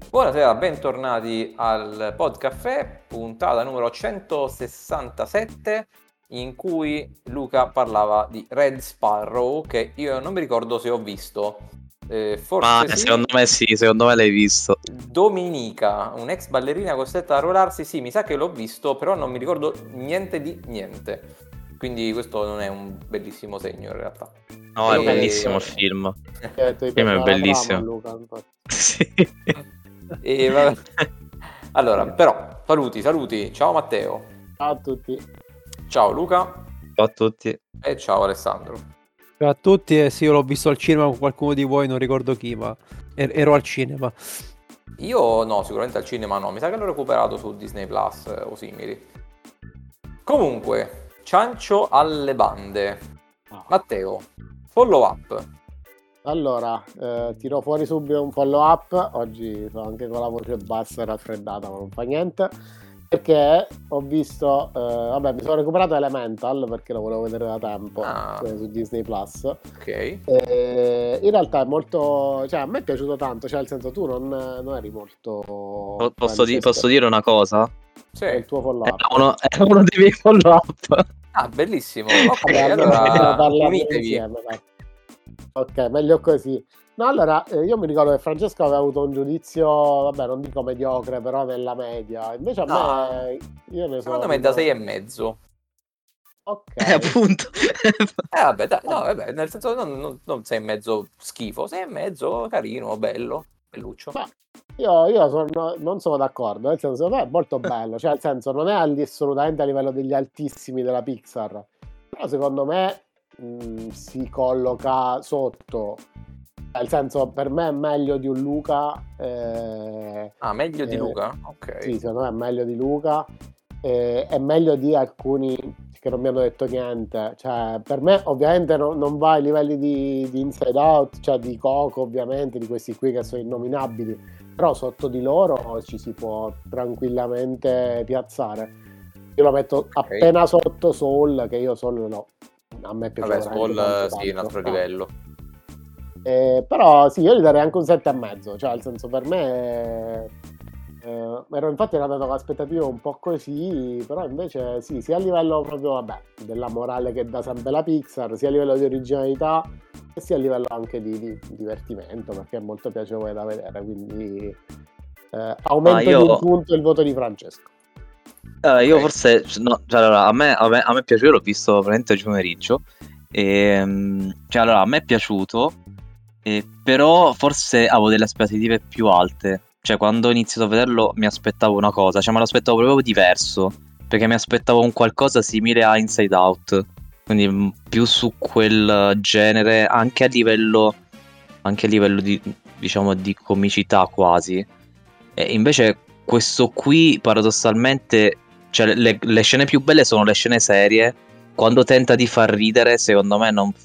Buonasera, bentornati al Podcaffè, puntata numero 167, in cui Luca parlava di Red Sparrow, che io non mi ricordo se ho visto. Forse sì. Secondo me l'hai visto. Dominica, un'ex ballerina costretta a arruolarsi, sì, mi sa che l'ho visto, però non mi ricordo niente di niente. Quindi questo non è un bellissimo segno in realtà. No, è bellissimo il film. Il film è bellissimo. Luca, sì. E vabbè. Allora, però, saluti. Ciao Matteo. Ciao a tutti. Ciao Luca. Ciao a tutti. E ciao Alessandro. Ciao a tutti, sì, io l'ho visto al cinema con qualcuno di voi, non ricordo chi, ma ero al cinema. Io no, sicuramente al cinema no, mi sa che l'ho recuperato su Disney Plus o simili. Comunque, ciancio alle bande. Matteo, follow up. Allora, tiro fuori subito un follow up. Oggi sono anche con la voce bassa e raffreddata, ma non fa niente. Perché ho visto, mi sono recuperato Elemental perché lo volevo vedere da tempo su Disney Plus. Ok. In realtà è molto, cioè a me è piaciuto tanto, cioè nel senso tu non eri molto. Posso dire una cosa? Sì. È il tuo follow up. Era uno dei miei follow up. Ah, bellissimo. Ok, allora unitevi. Insieme, dai. Ok, meglio così. No, allora, io mi ricordo che Francesco aveva avuto un giudizio, vabbè, non dico mediocre, però nella media. Invece a me, io ne sono... Secondo me da 6,5. Ok. Appunto. Vabbè, dai, no, vabbè, nel senso non 6,5 schifo, 6,5 carino, bello, belluccio. Ma io non sono d'accordo, nel senso, secondo me è molto bello, cioè nel senso non è assolutamente a livello degli altissimi della Pixar, però secondo me si colloca sotto. Nel senso, per me è meglio di un Luca. Meglio di Luca? Ok. Sì, secondo me è meglio di Luca. È meglio di alcuni che non mi hanno detto niente. Cioè, per me, ovviamente, non va ai livelli di Inside Out, cioè di Coco, ovviamente, di questi qui che sono innominabili. Però sotto di loro ci si può tranquillamente piazzare. Io lo metto appena sotto Soul, che io Soul no. A me piace. Vabbè, Soul sì, un altro livello. Però sì, io gli darei anche un 7,5, cioè nel senso per me infatti ero andato con aspettative un po' così, però invece sì, sia a livello proprio della morale che dà sempre la Pixar, sia a livello di originalità e sia a livello anche di divertimento, perché è molto piacevole da vedere, quindi aumento di un punto il voto di Francesco. Io forse no, cioè, allora, a me è piaciuto, l'ho visto veramente oggi pomeriggio cioè allora a me è piaciuto, però forse avevo delle aspettative più alte. Cioè quando ho iniziato a vederlo mi aspettavo una cosa, cioè me lo aspettavo proprio diverso, perché mi aspettavo un qualcosa simile a Inside Out, quindi più su quel genere, anche a livello di, diciamo, di comicità quasi. E invece questo qui paradossalmente, cioè le scene più belle sono le scene serie. Quando tenta di far ridere, secondo me non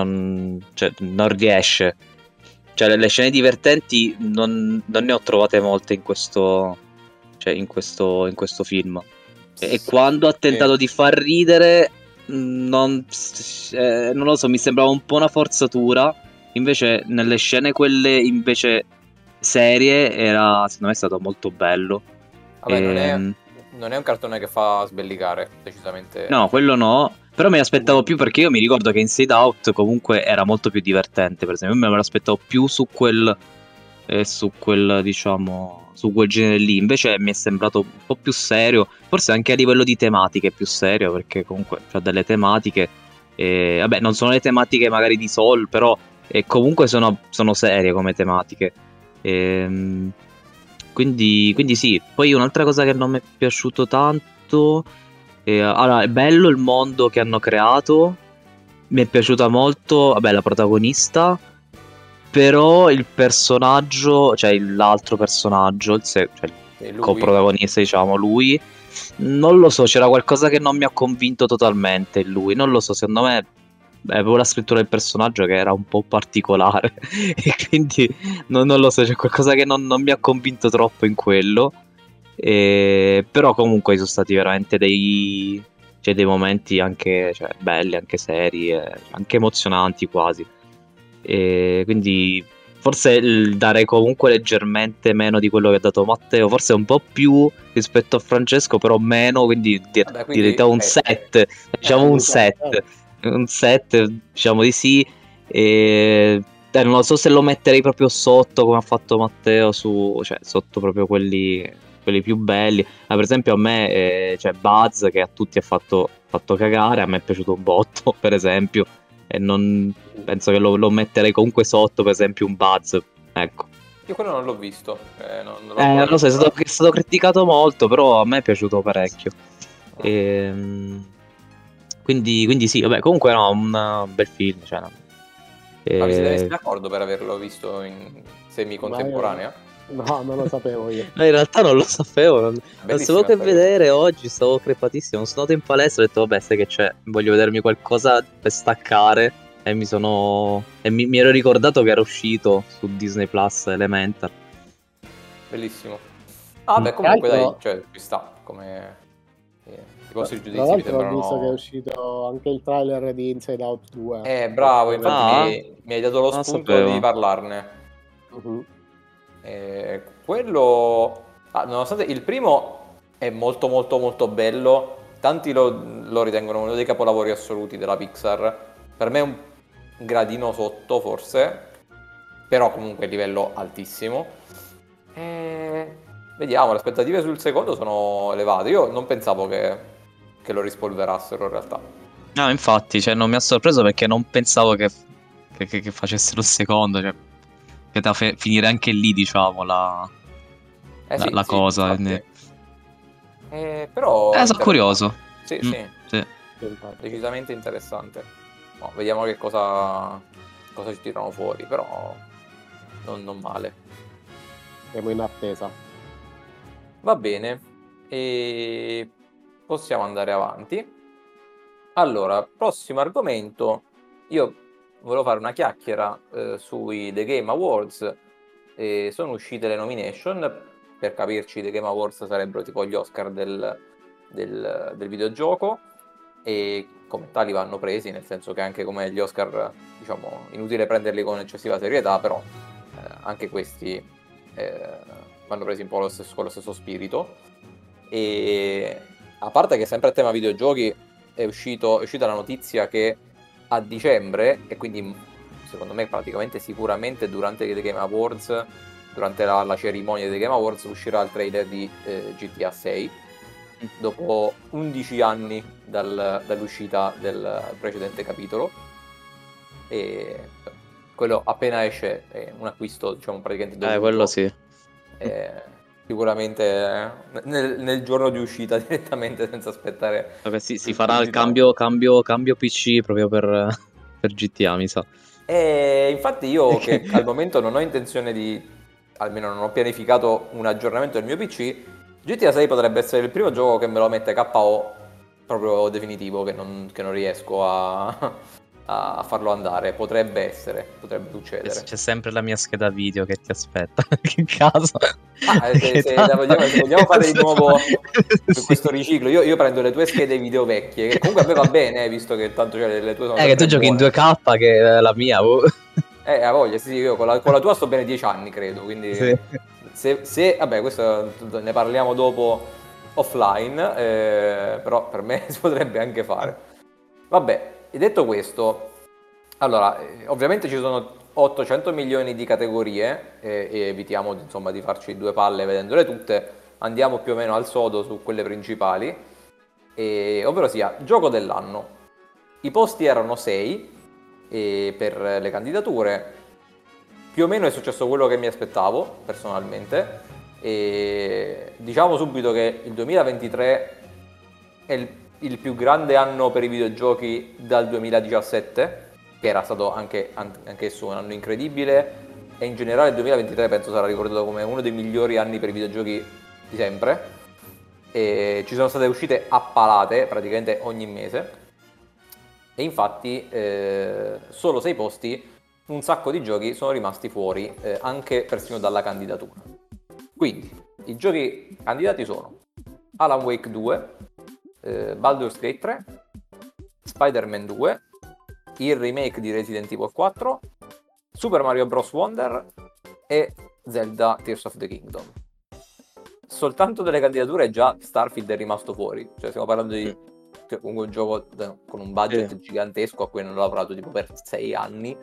riesce. Cioè le scene divertenti non ne ho trovate molte in questo film. E quando ha tentato di far ridere non lo so, mi sembrava un po' una forzatura. Invece nelle scene quelle invece serie era, secondo me è stato molto bello. Vabbè, non è un cartone che fa sbellicare, decisamente. No, quello no. Però me l'aspettavo più, perché io mi ricordo che Inside Out comunque era molto più divertente, per esempio. Io me l'aspettavo più su quel diciamo, su quel genere lì. Invece mi è sembrato un po' più serio, forse anche a livello di tematiche più serio, perché comunque c'ha delle tematiche, vabbè, non sono le tematiche magari di Soul, però comunque sono serie come tematiche. Quindi sì. Poi un'altra cosa che non mi è piaciuto tanto, allora è bello il mondo che hanno creato, mi è piaciuta molto, vabbè, la protagonista, però il personaggio, cioè l'altro personaggio, il coprotagonista, diciamo, lui, non lo so, c'era qualcosa che non mi ha convinto totalmente in lui, non lo so, secondo me avevo la scrittura del personaggio che era un po' particolare e quindi non lo so, c'è qualcosa che non mi ha convinto troppo in quello, però comunque sono stati veramente dei momenti anche, cioè, belli, anche seri, anche emozionanti quasi, e quindi forse darei comunque leggermente meno di quello che ha dato Matteo, forse un po' più rispetto a Francesco, però meno, quindi Vabbè, quindi direi un 7, diciamo un certo. 7, un 7, diciamo di sì, e non lo so se lo metterei proprio sotto come ha fatto Matteo, cioè sotto proprio quelli più belli. Ma per esempio a me c'è Buzz che a tutti ha fatto cagare, a me è piaciuto un botto, per esempio, e non penso che lo metterei comunque sotto, per esempio, un Buzz, ecco. Io quello non l'ho visto, non l'ho Non ancora lo so, visto. è stato criticato molto, però a me è piaciuto parecchio. Quindi sì, vabbè, comunque no, un bel film, cioè, Ma vi siete messi eh, d'accordo per averlo visto in semi-contemporanea? No, non lo sapevo io. no, in realtà non lo sapevo, non sapevo Bellissima che sta cosa. vedere oggi, stavo crepatissimo, sono andato in palestra e ho detto vabbè, sai che c'è, voglio vedermi qualcosa per staccare e mi ero ricordato che era uscito su Disney Plus Elemental. Bellissimo. Ah, beh, Tra comunque dai, l'altro, cioè, ci sta, come i vostri tra giudizi mi l'altro ho visto che è sembrano... uscito anche il trailer di Inside Out 2. Bravo, infatti Ah, mi hai dato lo non lo spunto di sapevo. parlarne. Mhm. Quello... nonostante il primo è molto molto molto bello, tanti lo ritengono uno dei capolavori assoluti della Pixar, per me è un gradino sotto forse, però comunque livello altissimo. Vediamo, le aspettative sul secondo sono elevate, io non pensavo che lo rispolverassero in realtà. No, infatti, cioè, non mi ha sorpreso perché non pensavo che facessero il secondo, cioè, che da finire anche lì, diciamo, Sì, la sì, cosa. infatti. Però Sono curioso. interessante. Sì, Mm, sì, sì. Sì, infatti. decisamente interessante. Vediamo che cosa ci tirano fuori, però non male. Siamo in attesa. Va bene, e possiamo andare avanti. Allora, prossimo argomento. Io volevo fare una chiacchiera sui The Game Awards. Sono uscite le nomination. Per capirci, The Game Awards sarebbero tipo gli Oscar del videogioco, e come tali vanno presi, nel senso che anche come gli Oscar, diciamo, inutile prenderli con eccessiva serietà, però anche questi vanno presi un po' con lo stesso spirito. E a parte che sempre a tema videogiochi è uscita la notizia che a dicembre, e quindi secondo me praticamente sicuramente durante i The Game Awards, durante la cerimonia dei Game Awards, uscirà il trailer di GTA 6 dopo 11 anni dall'uscita del precedente capitolo, e quello appena esce è un acquisto, diciamo, praticamente Quello dovuto. sì. Sicuramente nel giorno di uscita direttamente, senza aspettare Vabbè, si farà il l'esclusività. cambio PC proprio per GTA, mi sa. E infatti io, che al momento non ho intenzione almeno non ho pianificato un aggiornamento del mio PC, GTA 6 potrebbe essere il primo gioco che me lo mette KO proprio definitivo, che non riesco a farlo andare. Potrebbe succedere. C'è sempre la mia scheda video che ti aspetta in casa. Se vogliamo fare di nuovo questo riciclo, io prendo le tue schede video vecchie, che comunque a me va bene, visto che tanto, cioè, le tue sono Che tu sempre giochi in buone. 2K, che è la mia. A voglia, sì, io con la tua sto bene 10 anni, credo, quindi Sì. vabbè, questo ne parliamo dopo offline, però per me si potrebbe anche fare. Vabbè, e detto questo, allora, ovviamente ci sono 800 milioni di categorie, e evitiamo insomma di farci due palle vedendole tutte, andiamo più o meno al sodo su quelle principali, ovvero sia gioco dell'anno. I posti erano 6 per le candidature. Più o meno è successo quello che mi aspettavo personalmente, e diciamo subito che il 2023 è il più grande anno per i videogiochi dal 2017, che era stato anch'esso un anno incredibile, e in generale il 2023 penso sarà ricordato come uno dei migliori anni per i videogiochi di sempre, e ci sono state uscite a palate praticamente ogni mese, e infatti solo 6 posti, un sacco di giochi sono rimasti fuori, anche persino dalla candidatura. Quindi i giochi candidati sono Alan Wake 2, Baldur's Gate 3, Spider-Man 2, il remake di Resident Evil 4, Super Mario Bros. Wonder e Zelda Tears of the Kingdom. Soltanto delle candidature già Starfield è rimasto fuori, cioè stiamo parlando di comunque un gioco con un budget gigantesco a cui hanno lavorato tipo per 6 anni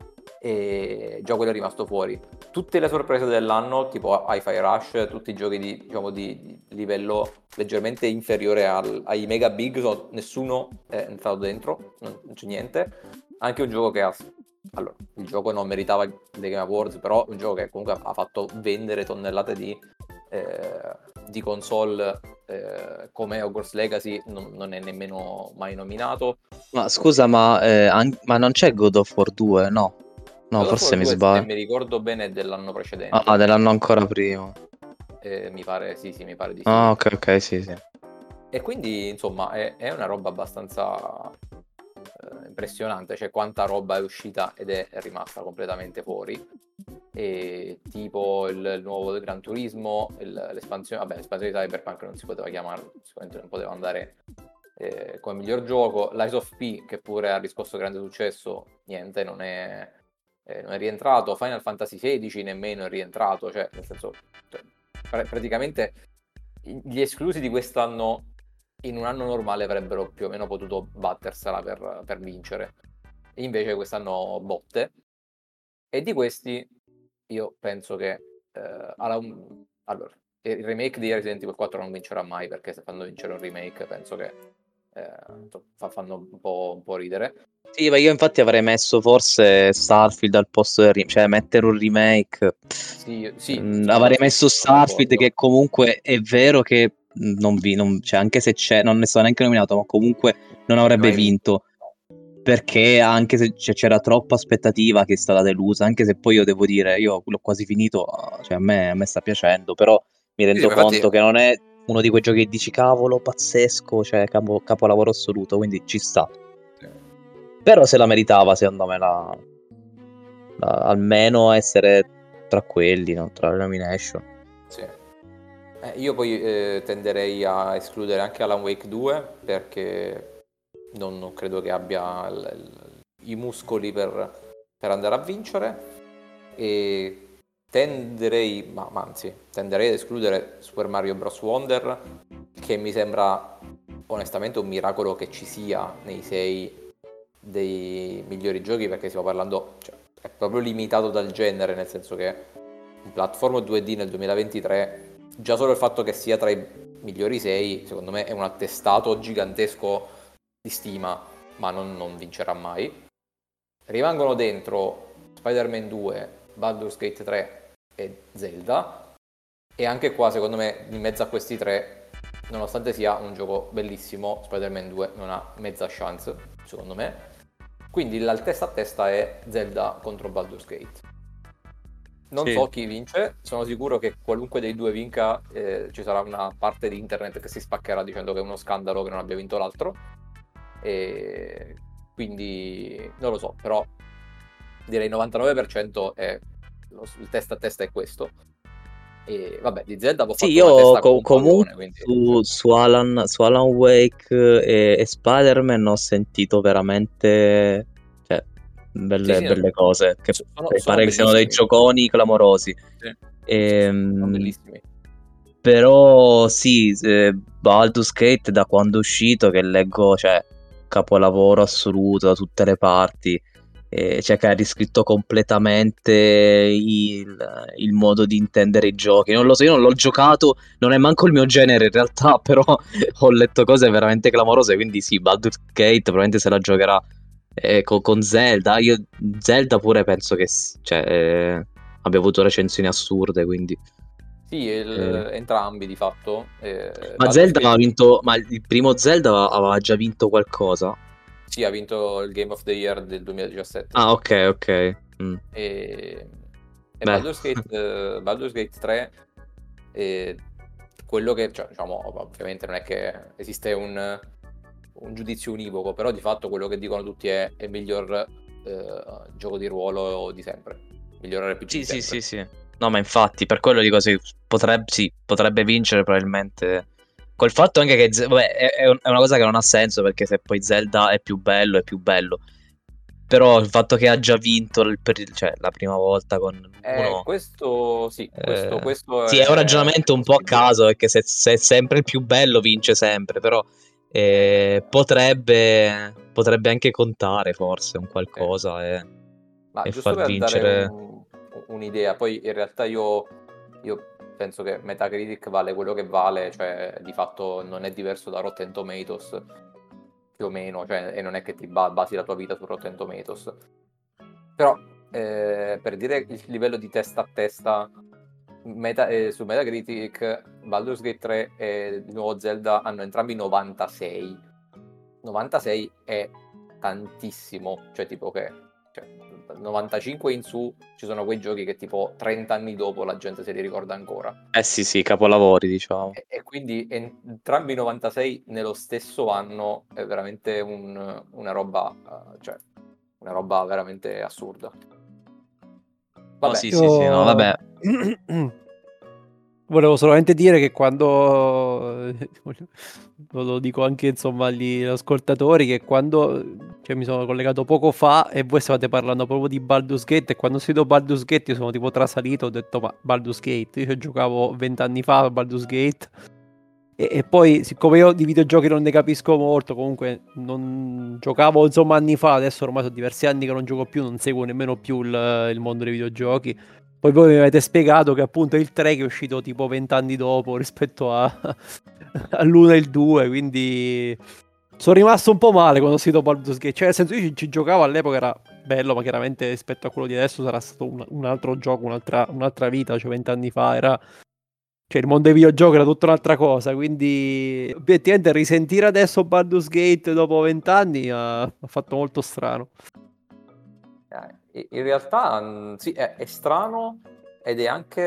e già quello è rimasto fuori. Tutte le sorprese dell'anno, tipo Hi-Fi Rush, tutti i giochi di livello leggermente inferiore ai Mega Big, nessuno è entrato dentro, non c'è niente. Anche un gioco che allora, il gioco non meritava le Game Awards, però un gioco che comunque ha fatto vendere tonnellate di console come Hogwarts Legacy non è nemmeno mai nominato. Ma scusa, ma non c'è God of War 2? No, God of forse War mi 2, sbaglio. se mi ricordo bene, è dell'anno precedente. Ah, dell'anno ancora prima. Mi pare, sì, mi pare di sì. Ah, ok, sì. E quindi, insomma, è una roba abbastanza impressionante, cioè quanta roba è uscita ed è rimasta completamente fuori. E tipo il nuovo Gran Turismo, l'espansione di Cyberpunk non si poteva chiamare, sicuramente non poteva andare come miglior gioco. Lies of P, che pure ha riscosso grande successo, niente, non è rientrato. Final Fantasy XVI nemmeno è rientrato, cioè nel senso, praticamente gli esclusi di quest'anno in un anno normale avrebbero più o meno potuto battersela per vincere, e invece quest'anno botte. E di questi io penso che allora, il remake di Resident Evil 4 non vincerà mai, perché se fanno vincere un remake penso che fanno un po' ridere. Sì, ma io infatti avrei messo forse Starfield al posto del remake, cioè mettere un remake. Sì, avrei messo sono Starfield, d'accordo. che comunque è vero che cioè, anche se c'è, non ne sto neanche nominato, ma comunque non avrebbe vinto. Perché anche se c'era troppa aspettativa che è stata delusa, anche se poi io devo dire, io l'ho quasi finito, cioè a me sta piacendo, però mi rendo conto che non è uno di quei giochi che dici cavolo, pazzesco, cioè capolavoro assoluto, quindi ci sta. Però se la meritava, secondo me, almeno essere tra quelli, no? Tra le nomination. Sì. Io poi tenderei a escludere anche Alan Wake 2, perché non credo che abbia i muscoli per andare a vincere, e tenderei ad escludere Super Mario Bros. Wonder, che mi sembra onestamente un miracolo che ci sia nei 6 dei migliori giochi, perché stiamo parlando, cioè, è proprio limitato dal genere, nel senso che un platform 2D nel 2023, già solo il fatto che sia tra i migliori 6, secondo me è un attestato gigantesco di stima, ma non vincerà mai. Rimangono dentro Spider-Man 2, Baldur's Gate 3 e Zelda, e anche qua secondo me in mezzo a questi tre, nonostante sia un gioco bellissimo, Spider-Man 2 non ha mezza chance, secondo me. Quindi il testa a testa è Zelda contro Baldur's Gate. Non so chi vince, sono sicuro che qualunque dei due vinca, ci sarà una parte di internet che si spaccherà dicendo che è uno scandalo che non abbia vinto l'altro, e quindi non lo so, però direi il 99% è il testa a testa è questo. E vabbè, di Zelda ho fatto una testa con un pallone, quindi su Alan Wake e Spider-Man ho sentito veramente belle cose, che pare che siano dei gioconi clamorosi. Sono bellissimi. Però sì, Baldur's Gate, da quando è uscito, che leggo, cioè, capolavoro assoluto da tutte le parti, cioè che ha riscritto completamente il modo di intendere i giochi. Non lo so, io non l'ho giocato, non è manco il mio genere in realtà, però ho letto cose veramente clamorose, quindi sì, Baldur's Gate probabilmente se la giocherà con Zelda. Io Zelda pure penso che abbia avuto recensioni assurde, quindi... Sì, entrambi di fatto. Ma Zelda aveva vinto, ma il primo Zelda aveva già vinto qualcosa? Sì, ha vinto il Game of the Year del 2017. Ah, ok. E Baldur's Gate 3, quello che, cioè, diciamo, ovviamente non è che esiste un giudizio univoco, però di fatto quello che dicono tutti è il miglior gioco di ruolo di sempre, miglior RPG di sempre. Sì. No, ma infatti, per quello dico, potrebbe vincere probabilmente. Col fatto anche che, vabbè, è una cosa che non ha senso, perché se poi Zelda è più bello, Però il fatto che ha già vinto cioè, la prima volta con uno... Questo sì, questo sì, è un ragionamento un po' a possibile. caso, perché se è sempre il più bello vince sempre, però potrebbe anche contare forse un qualcosa Ma e giusto far per dare vincere... un'idea, poi in realtà io penso che Metacritic vale quello che vale, cioè di fatto non è diverso da Rotten Tomatoes, più o meno, cioè, e non è che ti basi la tua vita su Rotten Tomatoes. Però per dire il livello di testa a testa, su Metacritic Baldur's Gate 3 e il nuovo Zelda hanno entrambi 96. 96 è tantissimo, cioè tipo che 95 in su ci sono quei giochi che tipo 30 anni dopo la gente se li ricorda ancora. sì, capolavori, diciamo. E quindi entrambi 96 nello stesso anno è veramente una roba, cioè una roba veramente assurda. Vabbè, sì, no, vabbè. Volevo solamente dire che quando lo dico anche insomma agli ascoltatori, che quando mi sono collegato poco fa e voi stavate parlando proprio di Baldur's Gate, e quando ho sentito Baldur's Gate io sono tipo trasalito, ho detto ma Baldur's Gate, io giocavo 20 anni fa a Baldur's Gate e poi siccome io di videogiochi non ne capisco molto, comunque non giocavo insomma anni fa, adesso ormai sono diversi anni che non gioco più, non seguo nemmeno più il mondo dei videogiochi. Poi voi mi avete spiegato che appunto il 3 che è uscito tipo 20 anni dopo rispetto all'1 e il 2, quindi sono rimasto un po' male quando ho sentito Baldur's Gate. Cioè nel senso io ci giocavo all'epoca, era bello, ma chiaramente rispetto a quello di adesso sarà stato un altro gioco, un'altra vita, cioè 20 anni fa era... Cioè il mondo dei videogiochi era tutta un'altra cosa, quindi obiettivamente risentire adesso Baldur's Gate dopo 20 anni ha fatto molto strano. In realtà sì, è strano, ed è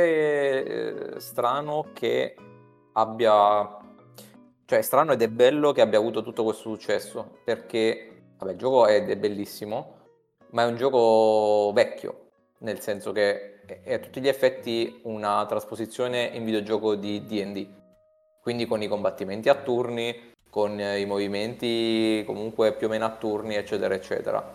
anche strano che abbia... Cioè è strano ed è bello che abbia avuto tutto questo successo, perché vabbè, il gioco è bellissimo, ma è un gioco vecchio, nel senso che è a tutti gli effetti una trasposizione in videogioco di D&D, quindi con i combattimenti a turni, con i movimenti comunque più o meno a turni, eccetera, eccetera.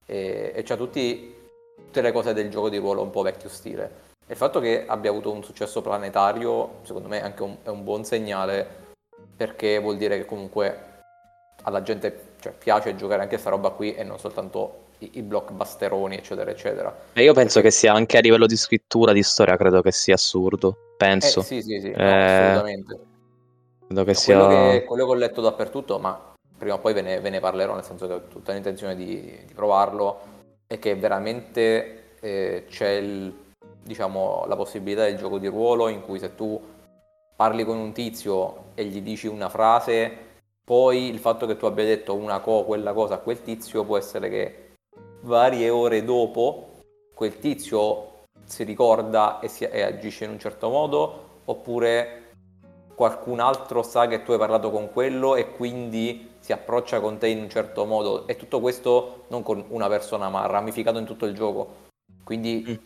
E c'ha tutte le cose del gioco di ruolo un po' vecchio stile. E il fatto che abbia avuto un successo planetario, secondo me è un buon segnale, perché vuol dire che comunque alla gente piace giocare anche sta roba qui e non soltanto i blockbusteroni, eccetera, eccetera. E io penso che sia anche a livello di scrittura, di storia, credo che sia assurdo. Penso. Sì, no, assolutamente. Credo che Quello sia... che ho letto dappertutto, ma prima o poi ve ne parlerò, nel senso che ho tutta l'intenzione di provarlo, è che veramente c'è diciamo, la possibilità del gioco di ruolo in cui se tu parli con un tizio e gli dici una frase, poi il fatto che tu abbia detto quella cosa a quel tizio può essere che varie ore dopo quel tizio si ricorda e agisce in un certo modo, oppure qualcun altro sa che tu hai parlato con quello e quindi si approccia con te in un certo modo, e tutto questo non con una persona ma ramificato in tutto il gioco, quindi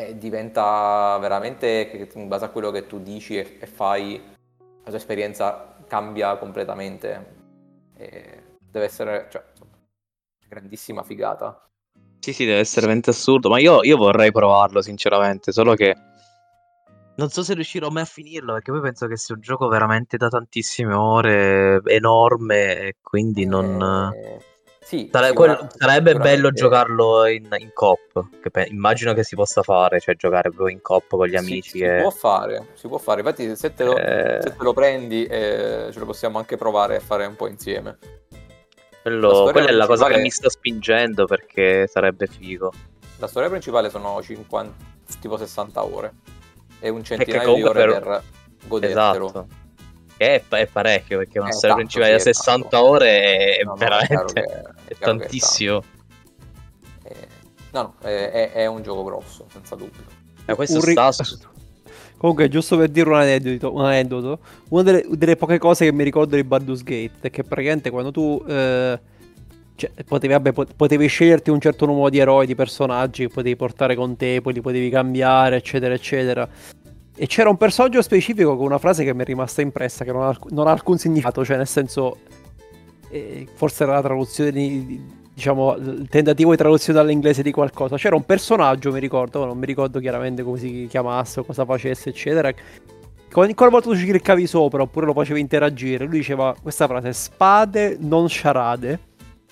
diventa veramente che in base a quello che tu dici e fai la tua esperienza cambia completamente, e deve essere grandissima figata. Sì, deve essere veramente assurdo, ma io vorrei provarlo sinceramente, solo che non so se riuscirò mai a finirlo, perché poi penso che sia un gioco veramente da tantissime ore, enorme, e quindi non... Sì, Sarebbe bello sicuramente giocarlo in coop, che immagino che si possa fare, cioè giocare proprio in coop con gli amici. si può fare, infatti se te lo prendi ce lo possiamo anche provare a fare un po' insieme. Quella è la cosa che mi sta spingendo, perché sarebbe figo. La storia principale sono 60 ore e un centinaio di ore per godertelo. Esatto. È parecchio, perché una storia principale sì, da 60 ore è veramente è tantissimo. È un gioco grosso, senza dubbio. Questo Comunque, giusto per dire un aneddoto, una delle poche cose che mi ricordo di Baldur's Gate è che praticamente quando tu potevi sceglierti un certo numero di eroi, di personaggi che potevi portare con te, poi li potevi cambiare, eccetera, eccetera. E c'era un personaggio specifico con una frase che mi è rimasta impressa, che non ha alcun significato, cioè nel senso, forse era la traduzione di diciamo, il tentativo di traduzione dall'inglese di qualcosa. C'era un personaggio, mi ricordo, non mi ricordo chiaramente come si chiamasse o cosa facesse, eccetera. Ogni volta tu ci cliccavi sopra oppure lo facevi interagire, lui diceva questa frase: spade, non sciarade.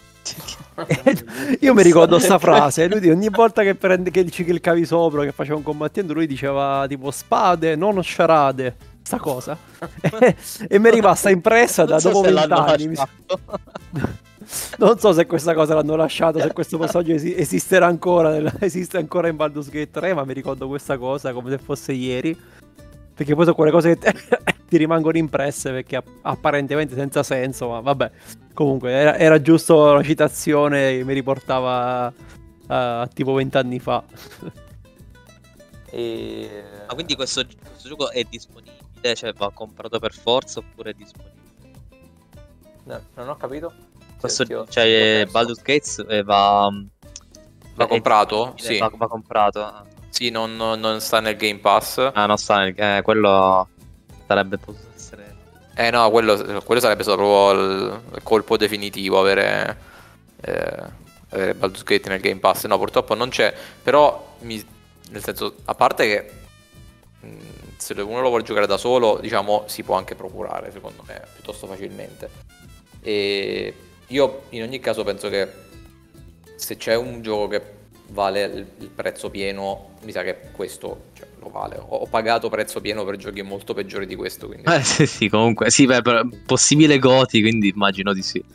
Io mi ricordo sta frase, lui ogni volta che ci cliccavi sopra, che faceva un combattente, lui diceva tipo spade, non sciarade, sta cosa. E mi è rimasta impressa da dopo 20 anni. Non so se questa cosa l'hanno lasciata, se questo passaggio esisterà ancora, esiste ancora in Baldur's Gate 3, ma mi ricordo questa cosa come se fosse ieri. Perché poi sono quelle cose che ti rimangono impresse perché apparentemente senza senso, ma vabbè. Comunque era giusto la citazione che mi riportava a tipo 20 anni fa. Ma quindi questo gioco è disponibile? Cioè va comprato per forza oppure è disponibile? No, non ho capito. Cioè Baldur's Gate va comprato? Sì. Va comprato. Sì, non sta nel Game Pass. Ah, non sta nel quello sarebbe potuto essere. No, quello sarebbe stato proprio il colpo definitivo avere Baldur's Gate nel Game Pass. No, purtroppo non c'è. Però nel senso, a parte che se uno lo vuole giocare da solo, diciamo, si può anche procurare, secondo me, piuttosto facilmente. E io in ogni caso penso che se c'è un gioco che vale il prezzo pieno, mi sa che questo, cioè, lo vale. Ho pagato prezzo pieno per giochi molto peggiori di questo, quindi sì, comunque sì, beh, possibile goti, quindi immagino di sì.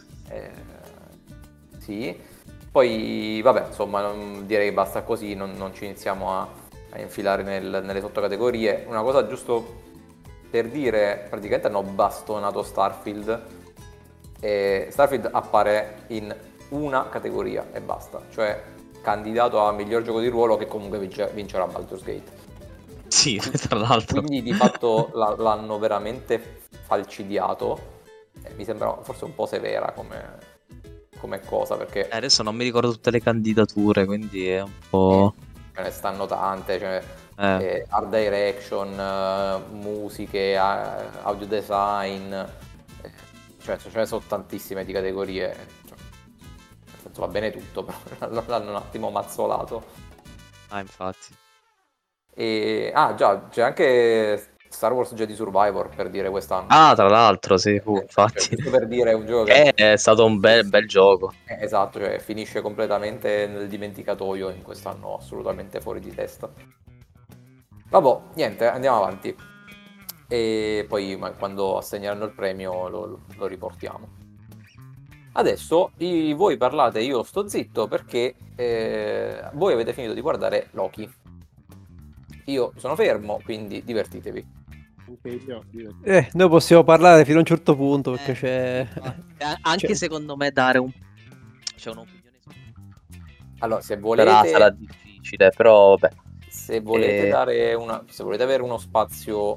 Sì. Poi vabbè, insomma, direi che basta così, non ci iniziamo a infilare nelle sottocategorie. Una cosa giusto per dire, praticamente hanno bastonato Starfield e Starfield appare in una categoria e basta, cioè candidato a miglior gioco di ruolo, che comunque vincerà Baldur's Gate. Sì, tra l'altro. Quindi di fatto l'hanno veramente falcidiato. Mi sembra forse un po' severa come cosa, perché adesso non mi ricordo tutte le candidature, quindi è un po'. Ce ne stanno tante, cioè art direction, musiche, audio design, cioè ce ne sono tantissime di categorie. Va bene tutto, però l'hanno un attimo mazzolato. Infatti. Già, c'è anche Star Wars Jedi Survivor, per dire, quest'anno. Tra l'altro, sì, infatti. Cioè, giusto per dire, è un gioco che è stato un bel gioco. Esatto, cioè finisce completamente nel dimenticatoio in quest'anno assolutamente fuori di testa. Vabbè, niente, andiamo avanti. E poi quando assegneranno il premio lo riportiamo. Adesso voi parlate, io sto zitto perché voi avete finito di guardare Loki. Io sono fermo, quindi divertitevi. Noi possiamo parlare fino a un certo punto perché c'è. Anche secondo me dare c'è un'opinione. Allora, se volete. Sarà difficile, però vabbè. Se volete se volete avere uno spazio.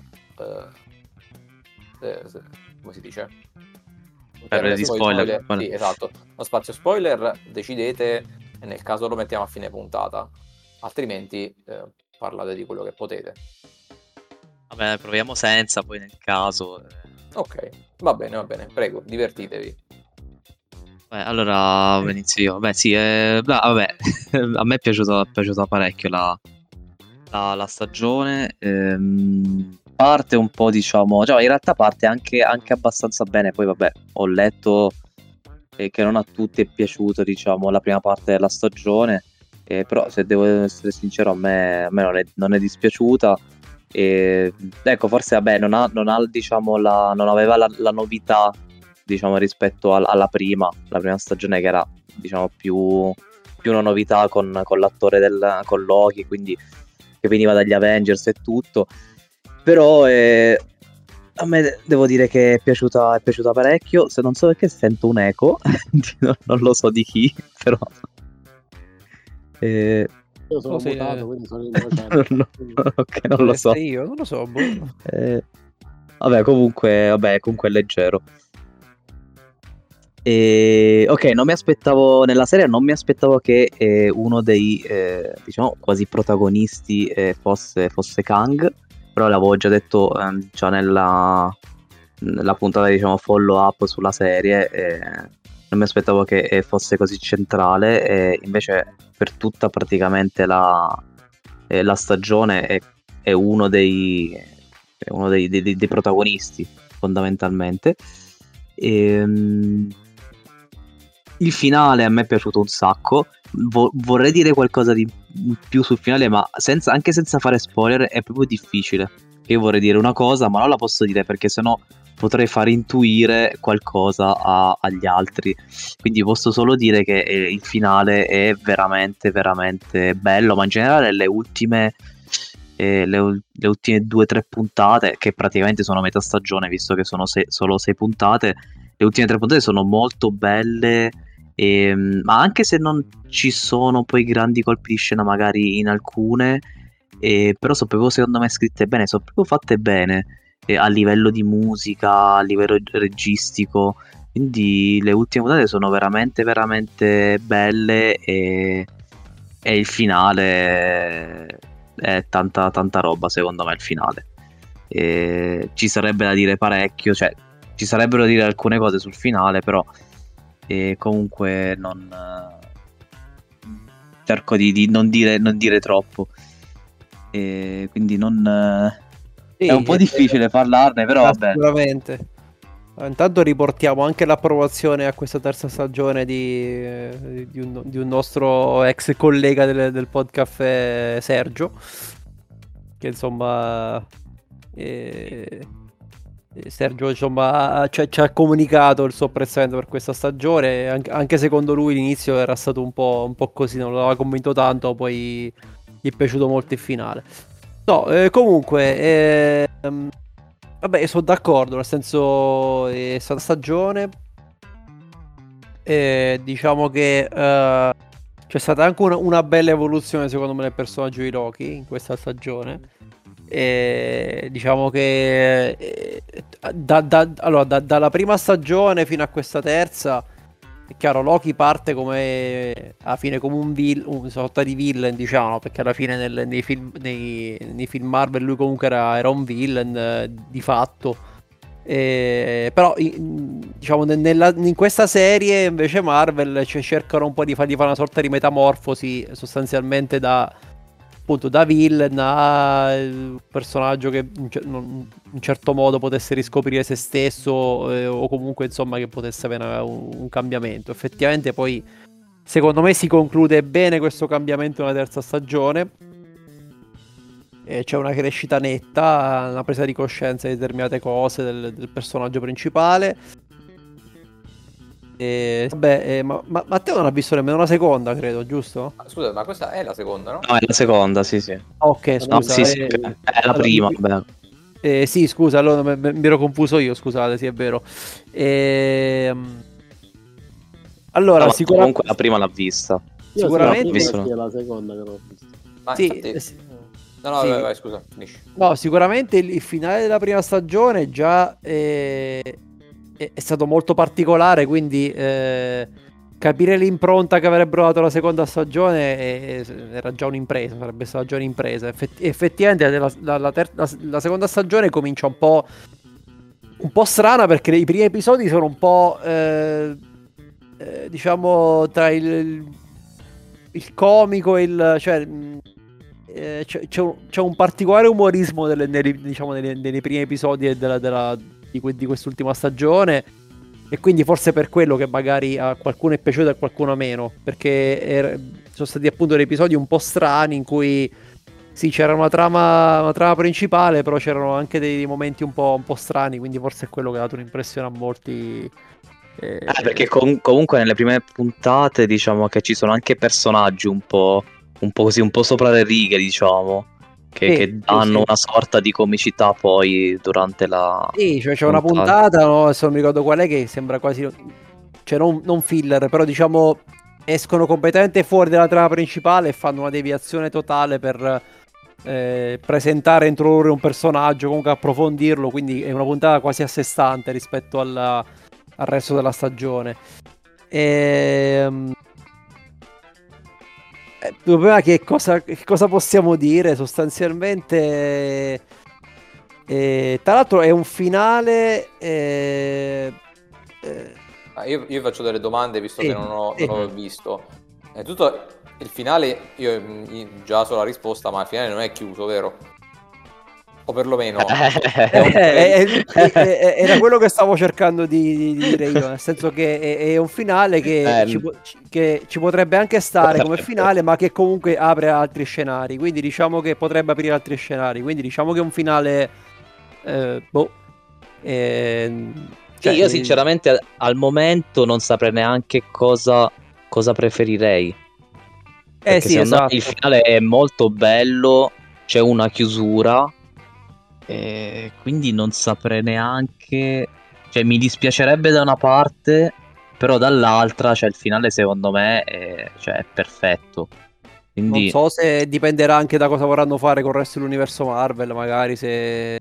Come si dice? Per spoiler. Sì, esatto. Lo spazio spoiler decidete e nel caso lo mettiamo a fine puntata. Altrimenti parlate di quello che potete. Vabbè, proviamo senza, poi nel caso. Ok, va bene, prego, divertitevi. Allora inizio io. Beh, sì, vabbè, a me è piaciuta parecchio la stagione. Parte un po', diciamo, cioè in realtà parte anche abbastanza bene. Poi vabbè, ho letto che non a tutti è piaciuto, diciamo, la prima parte della stagione, però se devo essere sincero, a me non è dispiaciuta. Ecco, forse vabbè, non aveva la novità, diciamo, rispetto alla prima stagione, che era, diciamo, più una novità con l'attore con Loki, quindi che veniva dagli Avengers e tutto. Però a me devo dire che è piaciuta parecchio. Se non so perché sento un eco, non lo so di chi, però. Io sono mutato, quindi sono innocente. Ok, non lo so. Io non lo so. Vabbè, comunque è leggero. Ok, nella serie non mi aspettavo che uno dei diciamo quasi protagonisti fosse Kang. Però l'avevo già detto già nella puntata, diciamo, follow up sulla serie, non mi aspettavo che fosse così centrale, e invece per tutta praticamente la stagione è uno dei protagonisti, fondamentalmente. Il finale a me è piaciuto un sacco. Vorrei dire qualcosa di più sul finale, ma anche senza fare spoiler è proprio difficile. Io vorrei dire una cosa, ma non la posso dire perché sennò potrei far intuire qualcosa agli altri. Quindi posso solo dire che il finale è veramente, veramente bello, ma in generale le ultime 2 o 3 puntate, che praticamente sono metà stagione, visto che sono solo 6 puntate, le ultime 3 puntate sono molto belle. Ma anche se non ci sono poi grandi colpi di scena magari in alcune, però sono proprio secondo me scritte bene, sono proprio fatte bene, a livello di musica, a livello registico. Quindi le ultime puntate sono veramente veramente belle, e il finale è tanta tanta roba, secondo me il finale. Ci sarebbe da dire parecchio, cioè ci sarebbero da dire alcune cose sul finale, però comunque non cerco di non dire troppo, quindi non Sì, è un po' difficile parlarne, però vabbè. sicuramente. Intanto riportiamo anche l'approvazione a questa terza stagione di un nostro ex collega del Podcaffè, Sergio, che insomma Sergio insomma ci ha comunicato il suo apprezzamento per questa stagione, anche secondo lui l'inizio era stato un po' così, non l'aveva convinto tanto, poi gli è piaciuto molto il finale. No, comunque vabbè, sono d'accordo, nel senso è stata stagione, diciamo che c'è stata anche una bella evoluzione secondo me del personaggio di Loki in questa stagione. Diciamo che dalla prima stagione fino a questa terza, è chiaro, Loki parte come alla fine come una sorta di villain, diciamo, perché alla fine nei film Marvel lui comunque era un villain di fatto. Però diciamo in questa serie invece Marvel cercano un po' di fare una sorta di metamorfosi, sostanzialmente da villain a un personaggio che in un certo modo potesse riscoprire se stesso, o comunque insomma che potesse avere un cambiamento. Effettivamente poi secondo me si conclude bene questo cambiamento nella terza stagione, c'è una crescita netta, una presa di coscienza di determinate cose del personaggio principale. Vabbè, ma Matteo non ha visto nemmeno la seconda, credo, giusto? Scusa, ma questa è la seconda, no? No, è la seconda, sì. Ok, scusa. No, sì, è la prima, vabbè. Sì, scusa, allora mi ero confuso io, scusate, sì, è vero. Allora, No, sicuramente comunque la prima l'ha vista. Sicuramente Visto. è la seconda che non ho visto. Ma sì, infatti... No, sì. vai, scusa, finisci. No, sicuramente il finale della prima stagione già è stato molto particolare, quindi capire l'impronta che avrebbero dato la seconda stagione era già un'impresa, sarebbe stata già un'impresa. Effettivamente la seconda stagione comincia un po' strana, perché i primi episodi sono un po' diciamo tra il comico e cioè c'è un particolare umorismo nei primi episodi di quest'ultima stagione, e quindi forse per quello che magari a qualcuno è piaciuto e a qualcuno meno, perché sono stati appunto dei episodi un po' strani in cui sì, c'era una trama principale, però c'erano anche dei momenti un po' strani, quindi forse è quello che ha dato un'impressione a molti. Perché comunque nelle prime puntate diciamo che ci sono anche personaggi un po' così, un po' sopra le righe, diciamo, che danno una sorta di comicità poi durante la... Sì, cioè c'è una puntata, no? Adesso non mi ricordo qual è, che sembra quasi... Cioè non filler, però diciamo escono completamente fuori dalla trama principale e fanno una deviazione totale per presentare e introdurre un personaggio, comunque approfondirlo, quindi è una puntata quasi a sé stante rispetto al resto della stagione. Il problema è che cosa possiamo dire sostanzialmente. Tra l'altro è un finale io faccio delle domande visto Sì, che non ho sì. visto. Tutto il finale, io già so la risposta, ma il finale non è chiuso, vero? O perlomeno è un Era quello che stavo cercando di dire io, nel senso che è un finale che ci potrebbe anche stare come finale, ma che comunque apre altri scenari, quindi diciamo che potrebbe aprire altri scenari, quindi diciamo che è un finale Sì, io sinceramente al momento non saprei neanche cosa preferirei. Perché sì, secondo esatto. me il finale è molto bello, c'è una chiusura, e quindi non saprei neanche. Cioè, mi dispiacerebbe da una parte, però dall'altra, cioè, il finale secondo me è perfetto. Non Quindi so se dipenderà anche da cosa vorranno fare con il resto dell'universo Marvel, magari se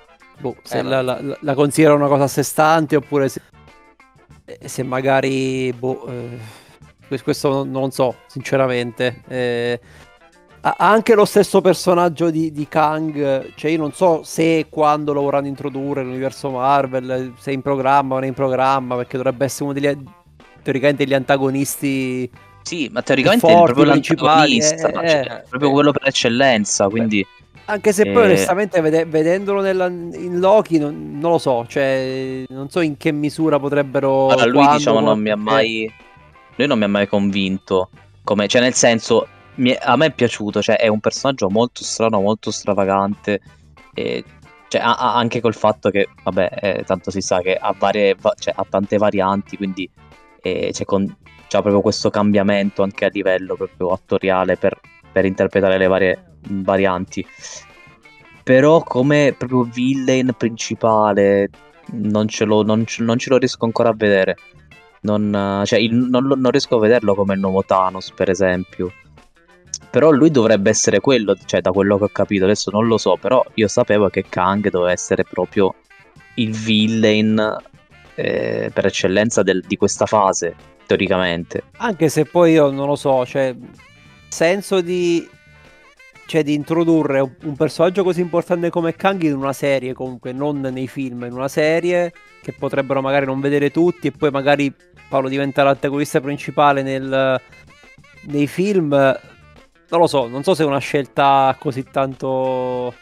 la considera una cosa a sé stante, oppure se magari questo non so sinceramente. Ha anche lo stesso personaggio di Kang, cioè io non so se e quando lo vorranno introdurre l'universo Marvel, se è in programma o non è in programma, perché dovrebbe essere uno teoricamente degli antagonisti sì, ma più teoricamente è forti, proprio principali. l'antagonista, cioè, proprio quello per eccellenza, quindi Anche se poi onestamente vedendolo in Loki non lo so, cioè non so in che misura potrebbero, allora, lui quando, diciamo come, non mi ha perché. mai convinto, come, cioè nel senso a me è piaciuto, cioè è un personaggio molto strano, molto stravagante, e, cioè, anche col fatto che, vabbè, tanto si sa che ha cioè, ha tante varianti, quindi c'ha proprio questo cambiamento anche a livello proprio attoriale per interpretare le varie varianti. Però come proprio villain principale non ce lo riesco ancora a vedere. Cioè, non riesco a vederlo come il nuovo Thanos, per esempio. Però lui dovrebbe essere quello, cioè da quello che ho capito, adesso non lo so, però io sapevo che Kang doveva essere proprio il villain per eccellenza di questa fase, teoricamente. Anche se poi io non lo so, cioè senso di introdurre un personaggio così importante come Kang in una serie, comunque non nei film, in una serie che potrebbero magari non vedere tutti, e poi magari Paolo diventa l'antagonista principale nei film. Non lo so, non so se è una scelta così tanto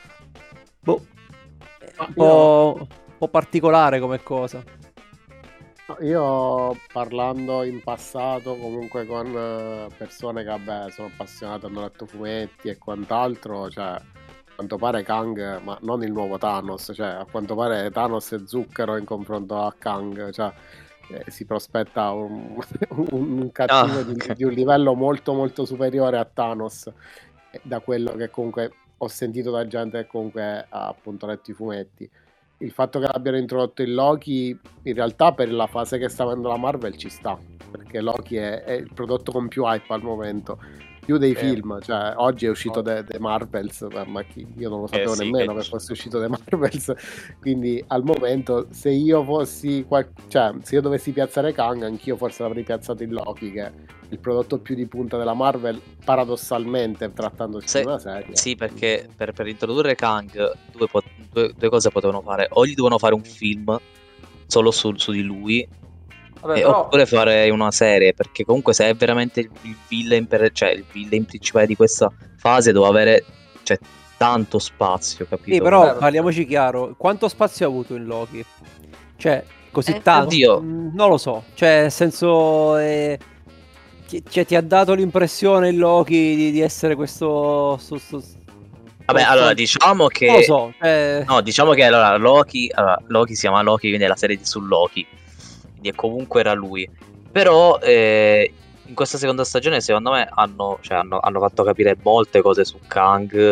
un po' particolare come cosa. Io parlando in passato comunque con persone che vabbè, sono appassionate, hanno letto fumetti e quant'altro, cioè a quanto pare Kang, ma non il nuovo Thanos, cioè a quanto pare Thanos è zucchero in confronto a Kang, cioè si prospetta un cattivo ok. di un livello molto molto superiore a Thanos, da quello che comunque ho sentito da gente che comunque ha appunto letto i fumetti. Il fatto che l'abbiano introdotto in Loki, in realtà per la fase che sta avendo la Marvel ci sta, perché Loki è il prodotto con più hype al momento, più dei film, cioè oggi è uscito The Marvels, ma io non lo sapevo sì, nemmeno che fosse uscito The Marvels, quindi al momento se io fossi cioè se io dovessi piazzare Kang, anch'io forse l'avrei piazzato in Loki, che è il prodotto più di punta della Marvel, paradossalmente trattandosi di una serie. Sì, perché per introdurre Kang due cose potevano fare: o gli dovevano fare un film solo su di lui, Vabbè, però oppure fare una serie, perché comunque se è veramente il villain, cioè il villain principale di questa fase doveva avere, cioè, tanto spazio, capito? Sì, però parliamoci chiaro, quanto spazio ha avuto in Loki? Cioè, così tanto? Oddio. Non lo so, cioè, nel senso, ti ha dato l'impressione in Loki di essere questo. Vabbè, allora diciamo che. Non lo so. No, diciamo che allora Loki si chiama Loki, quindi è la serie su Loki. Quindi comunque era lui. Però in questa seconda stagione secondo me hanno fatto capire molte cose su Kang.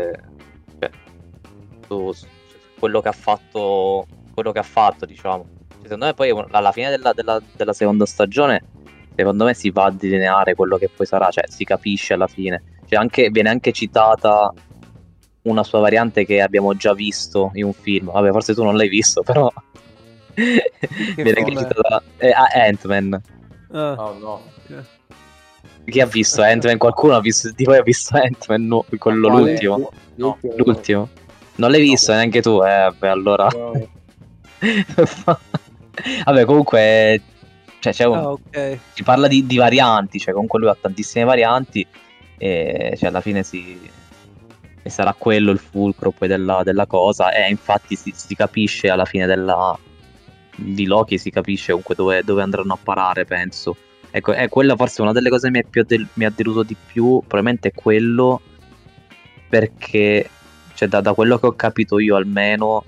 Su quello che ha fatto. Diciamo. Secondo me poi alla fine della seconda stagione, secondo me si va a delineare quello che poi sarà, cioè si capisce alla fine. Cioè viene anche citata una sua variante che abbiamo già visto in un film. Vabbè, forse tu non l'hai visto, però viene anche citata Ant-Man. Oh no. Chi ha visto Ant-Man? Qualcuno ha visto? Di voi ha visto Ant-Man? No, quello l'ultimo. No. L'ultimo. Non l'hai visto neanche tu, vabbè, allora. No. Vabbè, comunque Cioè, ok. si parla di varianti, cioè comunque lui ha tantissime varianti e cioè, alla fine e sarà quello il fulcro poi della cosa, e infatti si capisce alla fine di Loki, si capisce comunque dove andranno a parare, penso. Ecco, è quella forse una delle cose che mi ha deluso di più, probabilmente è quello, perché cioè, da quello che ho capito io almeno,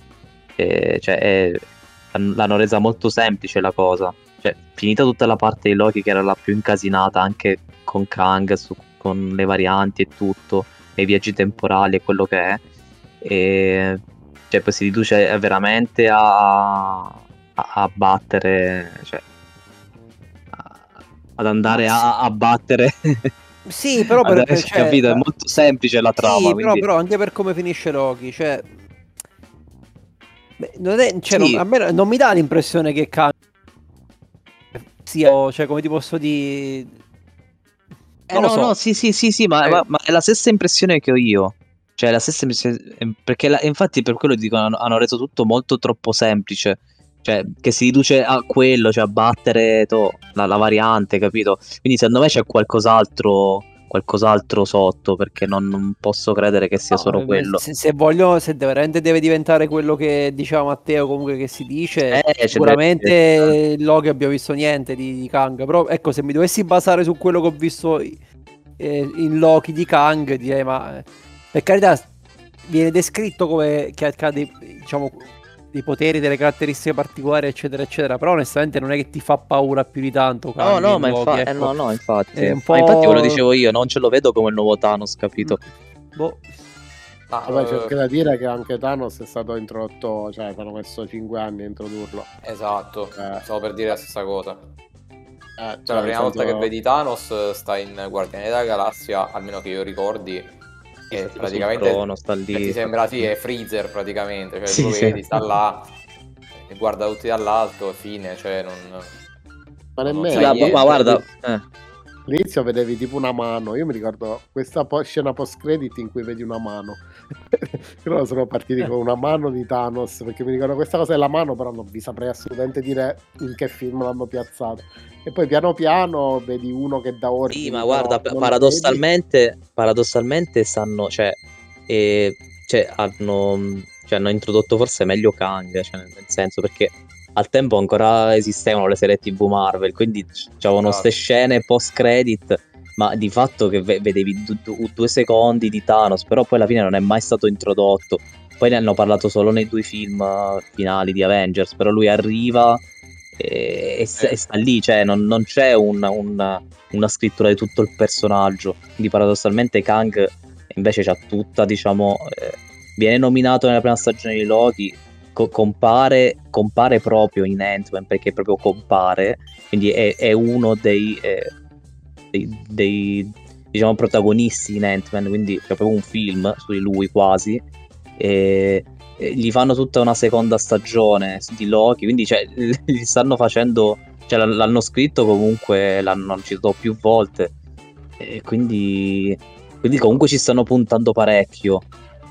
l'hanno resa molto semplice la cosa. Cioè, finita tutta la parte di Loki che era la più incasinata, anche con Kang, con le varianti e tutto, e i viaggi temporali e quello che è, e cioè, poi si riduce veramente a battere, cioè ad andare a battere. Sì, però cioè, capito, è molto semplice la trama. Sì, quindi... però anche per come finisce Loki, cioè, non è, cioè Sì. a me non mi dà l'impressione che Kang sia, cioè, come ti posso dire, non lo so. No, sì, ma è la stessa impressione che ho io. Cioè, la stessa impressione, perché infatti per quello dico, hanno reso tutto molto troppo semplice. Cioè, che si riduce a quello, cioè a battere la variante, capito? Quindi secondo me c'è qualcos'altro sotto, perché non posso credere che sia solo quello. Se veramente deve diventare quello che diceva Matteo, comunque che si dice, sicuramente Loki abbiamo visto niente di Kang, però ecco, se mi dovessi basare su quello che ho visto in Loki di Kang, direi, ma per carità viene descritto come che ha diciamo dei poteri, delle caratteristiche particolari, eccetera eccetera, però onestamente non è che ti fa paura più di tanto Kang, ma Loki, ecco. infatti È un po'... ma infatti ve lo dicevo io, non ce lo vedo come il nuovo Thanos, capito? Boh. Vabbè, c'è anche da dire che anche Thanos è stato introdotto, cioè hanno messo 5 anni a introdurlo. Esatto, stavo per dire la stessa cosa. Cioè, la prima volta che vedi Thanos sta in Guardiani della Galassia, almeno che io ricordi, e praticamente trono, sta lì, ti sembra è Freezer praticamente, cioè sì, tu lo vedi, sta là e guarda tutti dall'alto, fine, cioè non... Ma nemmeno... ma guarda... All'inizio vedevi tipo una mano, io mi ricordo questa scena post credit in cui vedi una mano. Loro sono partiti con una mano di Thanos, perché mi ricordo questa cosa della mano, però non vi saprei assolutamente dire in che film l'hanno piazzato. E poi piano piano vedi uno che dà ordini. Sì, ma guarda, paradossalmente stanno, hanno introdotto forse meglio Kang, cioè, nel senso, perché al tempo ancora esistevano le serie TV Marvel, quindi c'avevano queste scene post credit, ma di fatto che vedevi 2 secondi di Thanos, però poi alla fine non è mai stato introdotto. Poi ne hanno parlato solo nei 2 film finali di Avengers, però lui arriva e sta lì, cioè non c'è una scrittura di tutto il personaggio. Quindi paradossalmente Kang invece c'ha tutta, diciamo, viene nominato nella prima stagione di Loki, compare proprio in Ant-Man, perché proprio compare, quindi è uno dei diciamo protagonisti in Ant-Man, quindi c'è proprio un film su di lui quasi, e gli fanno tutta una seconda stagione di Loki, quindi cioè, gli stanno facendo, cioè, l'hanno scritto comunque, l'hanno citato più volte, e quindi comunque ci stanno puntando parecchio.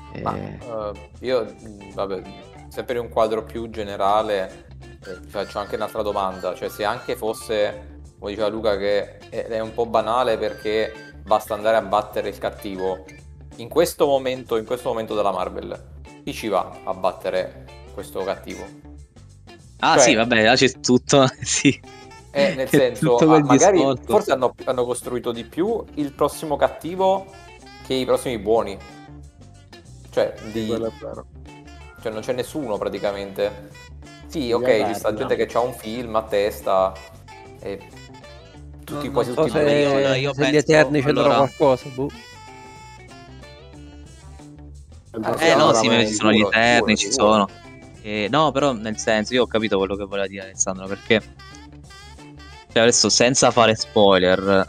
Io vabbè, sempre in un quadro più generale, ti faccio anche un'altra domanda, cioè se anche fosse, come diceva Luca, che è un po' banale perché basta andare a battere il cattivo, in questo momento della Marvel chi ci va a battere questo cattivo? Cioè, sì, vabbè, là c'è tutto, sì. Nel senso, magari forse hanno costruito di più il prossimo cattivo che i prossimi buoni. Cioè, cioè non c'è nessuno praticamente. Sì, ok, ci sta gente che ha un film a testa e quasi tutti io se gli Eterni c'è qualcosa, boh. No, sì, ci sono gli Eterni, ci sono. No, però nel senso, io ho capito quello che voleva dire Alessandro, perché cioè, adesso senza fare spoiler,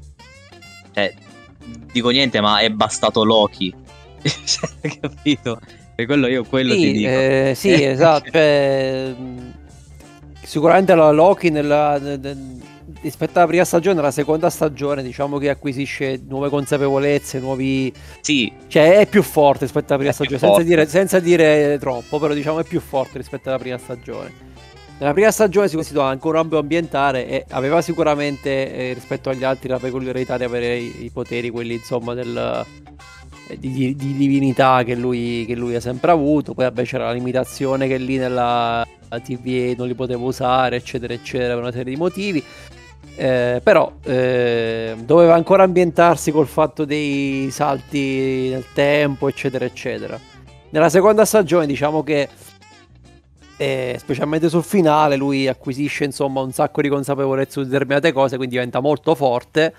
dico niente, ma è bastato Loki. Capito? Per quello ti dico. Sì, esatto, cioè, sicuramente la Loki rispetto alla prima stagione, alla seconda stagione, diciamo che acquisisce nuove consapevolezze, nuovi... Sì. Cioè è più forte rispetto alla prima stagione, senza dire troppo, però diciamo è più forte rispetto alla prima stagione. Nella prima stagione si considerava anche un robo ambientale e aveva sicuramente rispetto agli altri la peculiarità di avere i poteri, quelli insomma di divinità che lui ha sempre avuto. Poi vabbè c'era la limitazione che lì nella TVA non li poteva usare, eccetera eccetera, per una serie di motivi. Però doveva ancora ambientarsi col fatto dei salti nel tempo, eccetera eccetera. Nella seconda stagione diciamo che specialmente sul finale lui acquisisce insomma un sacco di consapevolezza su determinate cose, quindi diventa molto forte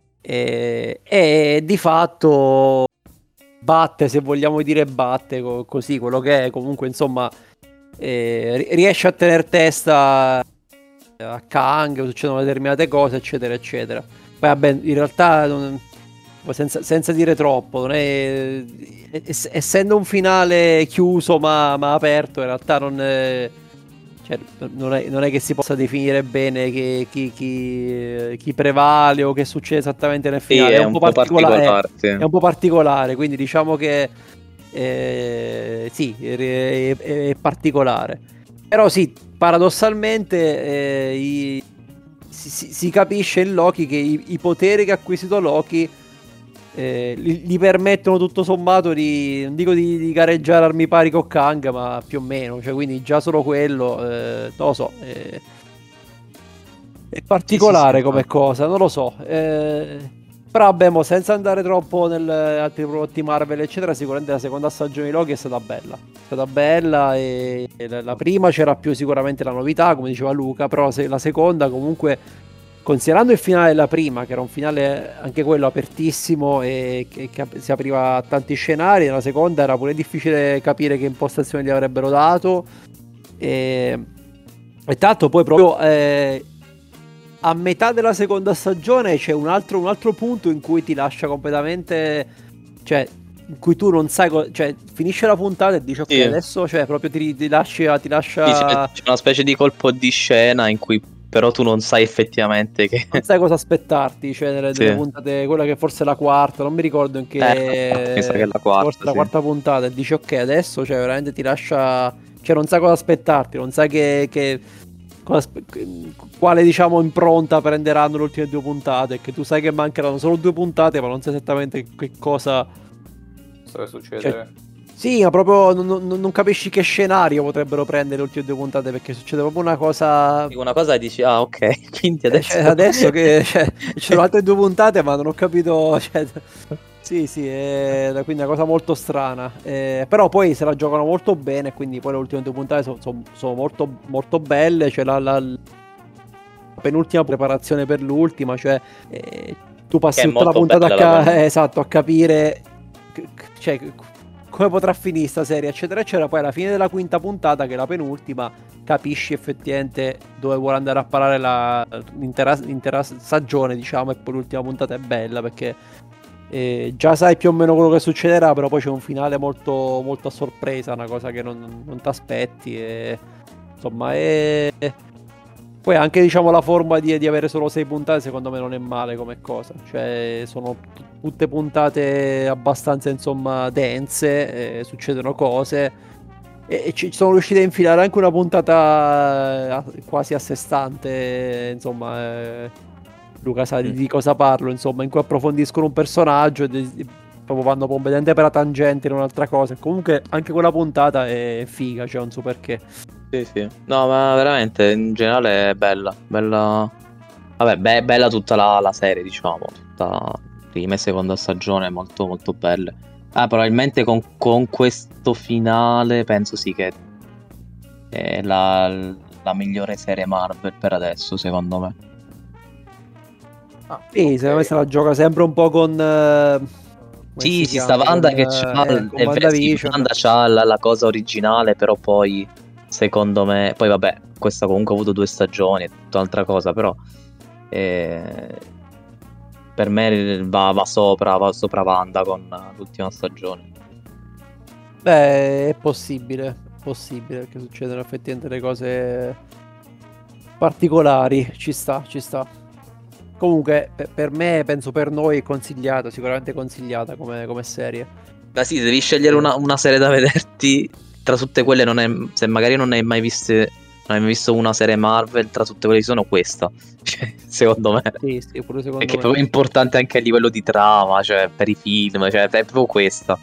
e di fatto batte, se vogliamo dire batte così quello che è, comunque insomma riesce a tenere testa a Kang, succedono determinate cose eccetera eccetera. Poi vabbè in realtà senza dire troppo, non è, essendo un finale chiuso ma aperto, in realtà non è che si possa definire bene chi prevale o che succede esattamente nel finale. Sì, è un po' particolare. È un po' particolare, quindi diciamo che sì, è particolare. Però sì, paradossalmente si capisce in Loki che i poteri che ha acquisito Loki gli permettono tutto sommato non dico di gareggiare armi pari con Kang, ma più o meno, cioè quindi già solo quello non lo so, è particolare come cosa, non lo so, però vabbè, senza andare troppo nel altri prodotti Marvel eccetera, sicuramente la seconda stagione di Loki è stata bella e la prima c'era più sicuramente la novità, come diceva Luca, però la seconda comunque, considerando il finale della prima, che era un finale anche quello apertissimo e che si apriva a tanti scenari, nella seconda era pure difficile capire che impostazione gli avrebbero dato. E tanto poi proprio a metà della seconda stagione c'è un altro punto in cui ti lascia completamente, cioè in cui tu non sai cioè finisce la puntata e dici ok, sì, adesso cioè proprio ti lascia sì, c'è una specie di colpo di scena in cui però tu non sai effettivamente che non sai cosa aspettarti, cioè nelle puntate, quella che forse è la quarta, non mi ricordo in che mi sa che è la quarta, forse la quarta puntata, e dici ok, adesso cioè veramente ti lascia, cioè non sai cosa aspettarti, non sai quale diciamo impronta prenderanno le ultime due puntate, che tu sai che mancheranno solo due puntate ma non sai esattamente che cosa deve succedere, cioè, sì, ma proprio non capisci che scenario potrebbero prendere le ultime due puntate, perché succede proprio una cosa e dici ah ok, quindi adesso che ci sono altre due puntate ma non ho capito, cioè, sì è quindi una cosa molto strana, però poi se la giocano molto bene, quindi poi le ultime due puntate sono molto, molto belle, cioè la penultima preparazione per l'ultima, cioè tu passi tutta la puntata a capire cioè come potrà finire sta serie eccetera eccetera, poi alla fine della quinta puntata, che è la penultima, capisci effettivamente dove vuole andare a parare l'intera stagione, diciamo, e poi l'ultima puntata è bella perché già sai più o meno quello che succederà, però poi c'è un finale molto, molto a sorpresa, una cosa che non ti aspetti, e insomma poi anche diciamo la forma di avere solo 6 puntate secondo me non è male come cosa, cioè sono tutte puntate abbastanza insomma dense, succedono cose e ci sono riusciti a infilare anche una puntata quasi a sé stante, insomma Luca sa di cosa parlo, insomma, in cui approfondiscono un personaggio e proprio vanno completamente per la tangente in un'altra cosa, e comunque anche quella puntata è figa, cioè non so perché. Sì. No, ma veramente in generale è bella. Vabbè, bella tutta la serie, diciamo. Tutta prima e seconda stagione, molto, molto belle. Probabilmente con questo finale penso sì che è la migliore serie Marvel per adesso, secondo me. Sì, secondo me se la gioca sempre un po' con... sì, sta Wanda che c'ha la cosa originale, però poi... secondo me, poi vabbè, questa comunque ha avuto 2 stagioni, è tutta un'altra cosa, però per me va sopra Wanda con l'ultima stagione. Beh, è possibile perché succedono effettivamente le cose particolari, ci sta. Comunque per me, penso per noi è consigliata, sicuramente consigliata come serie. Beh sì, devi scegliere una serie da vederti tra tutte quelle, se magari non ne hai mai viste Non hai mai visto una serie Marvel tra tutte quelle che sono questa? Cioè, secondo me. Sì, pure secondo Perché è me. proprio importante anche a livello di trama, cioè per i film, cioè è proprio questa.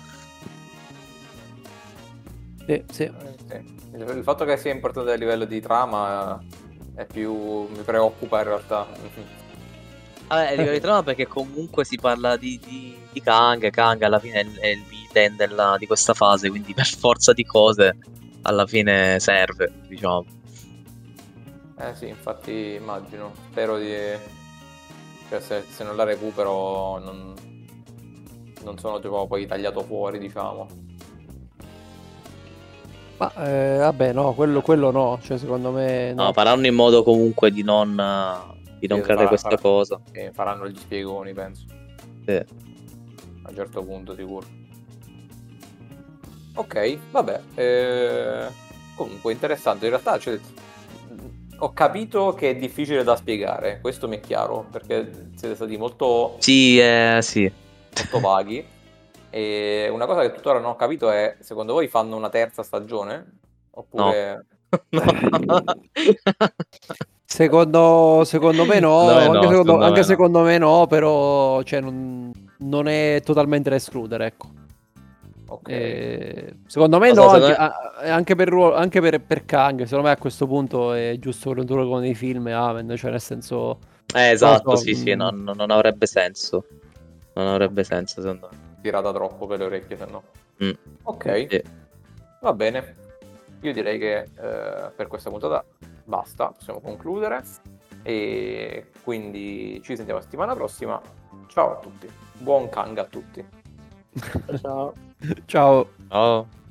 Sì. Sì. Il fatto che sia importante a livello di trama è più... mi preoccupa in realtà. Vabbè, a livello di trama perché comunque si parla di Kang, Kang alla fine è il villain di questa fase, quindi per forza di cose alla fine serve, diciamo. Sì, infatti immagino. Spero di... cioè, se non la recupero non sono tipo poi tagliato fuori, diciamo. Ma vabbè, no, quello no, cioè secondo me No, no. faranno in modo comunque di non Sì, creare questa cosa. faranno gli spiegoni, penso. Sì. A un certo punto, sicuro. Ok, vabbè. Comunque, interessante. In realtà, cioè, ho capito che è difficile da spiegare. Questo mi è chiaro, perché siete stati molto, Sì, sì. molto vaghi. E una cosa che tuttora non ho capito è, secondo voi fanno una terza stagione? Oppure... Secondo me no, No, secondo anche me no. secondo me no, però cioè, non è totalmente da escludere, ecco. Ok. Secondo me Lo no, so, secondo me- anche per Kang, secondo me a questo punto è giusto quello come nei film e Amen, cioè nel senso... non lo esatto, so, sì, non avrebbe senso. Non avrebbe senso, secondo me. Tirata troppo per le orecchie, se no. Mm. Ok, Sì. va bene. Io direi che per questa puntata basta, possiamo concludere. E quindi ci sentiamo la settimana prossima. Ciao a tutti. Buon Kang a tutti. Ciao. Ciao. Oh.